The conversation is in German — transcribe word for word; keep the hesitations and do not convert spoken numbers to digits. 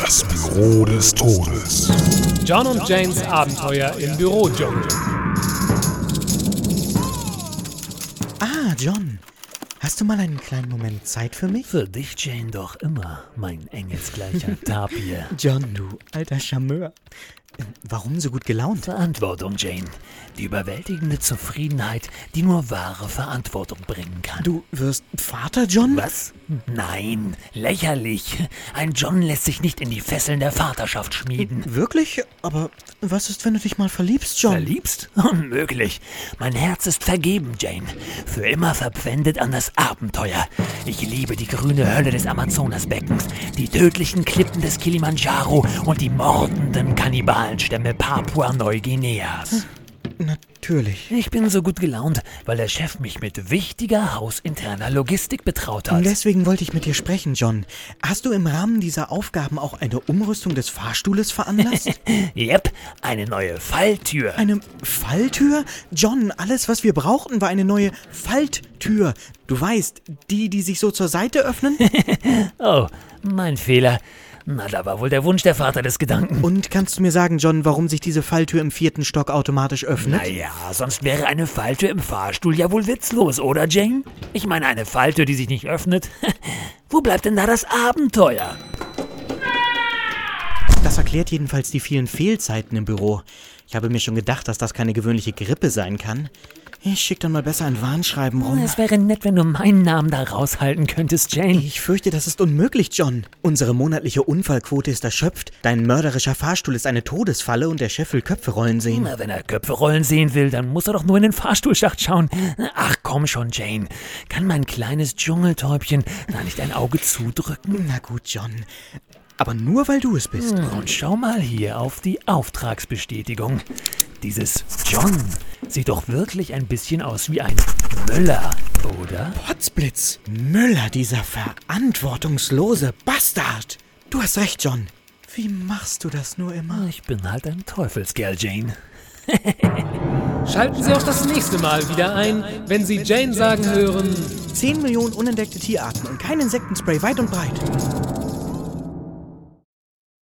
Das Büro des Todes. John und Janes Abenteuer im Bürodschungel. Ah, John. Hast du mal einen kleinen Moment Zeit für mich? Für dich, Jane, doch immer, mein engelsgleicher Tapir. John, du alter Charmeur. Warum so gut gelaunt? Verantwortung, Jane. Die überwältigende Zufriedenheit, die nur wahre Verantwortung bringen kann. Du wirst Vater, John? Was? Nein, lächerlich. Ein John lässt sich nicht in die Fesseln der Vaterschaft schmieden. Wirklich? Aber was ist, wenn du dich mal verliebst, John? Verliebst? Unmöglich. Mein Herz ist vergeben, Jane. Für immer verpfändet an das Abenteuer. Ich liebe die grüne Hölle des Amazonasbeckens, die tödlichen Klippen des Kilimanjaro und die mordenden Kannibalenstämme Papua-Neuguineas. Natürlich. Ich bin so gut gelaunt, weil der Chef mich mit wichtiger hausinterner Logistik betraut hat. Und deswegen wollte ich mit dir sprechen, John. Hast du im Rahmen dieser Aufgaben auch eine Umrüstung des Fahrstuhles veranlasst? Yep, eine neue Falltür. Eine Falltür? John, alles, was wir brauchten, war eine neue Falttür. Du weißt, die, die sich so zur Seite öffnen? Oh, mein Fehler. Na, da war wohl der Wunsch der Vater des Gedanken. Und kannst du mir sagen, John, warum sich diese Falltür im vierten Stock automatisch öffnet? Naja, sonst wäre eine Falltür im Fahrstuhl ja wohl witzlos, oder, Jane? Ich meine, eine Falltür, die sich nicht öffnet. Wo bleibt denn da das Abenteuer? Das erklärt jedenfalls die vielen Fehlzeiten im Büro. Ich habe mir schon gedacht, dass das keine gewöhnliche Grippe sein kann. Ich schick dann mal besser ein Warnschreiben rum. Es wäre nett, wenn du meinen Namen da raushalten könntest, Jane. Ich fürchte, das ist unmöglich, John. Unsere monatliche Unfallquote ist erschöpft. Dein mörderischer Fahrstuhl ist eine Todesfalle und der Chef will Köpfe rollen sehen. Na, wenn er Köpfe rollen sehen will, dann muss er doch nur in den Fahrstuhlschacht schauen. Ach komm schon, Jane. Kann mein kleines Dschungeltäubchen da nicht ein Auge zudrücken? Na gut, John. Aber nur, weil du es bist. Und schau mal hier auf die Auftragsbestätigung. Dieses John sieht doch wirklich ein bisschen aus wie ein Müller, oder? Potzblitz! Müller, dieser verantwortungslose Bastard! Du hast recht, John. Wie machst du das nur immer? Ich bin halt ein Teufelskerl, Jane. Schalten Sie auch das nächste Mal wieder ein, wenn Sie Jane sagen hören: Zehn Millionen unentdeckte Tierarten und kein Insektenspray weit und breit.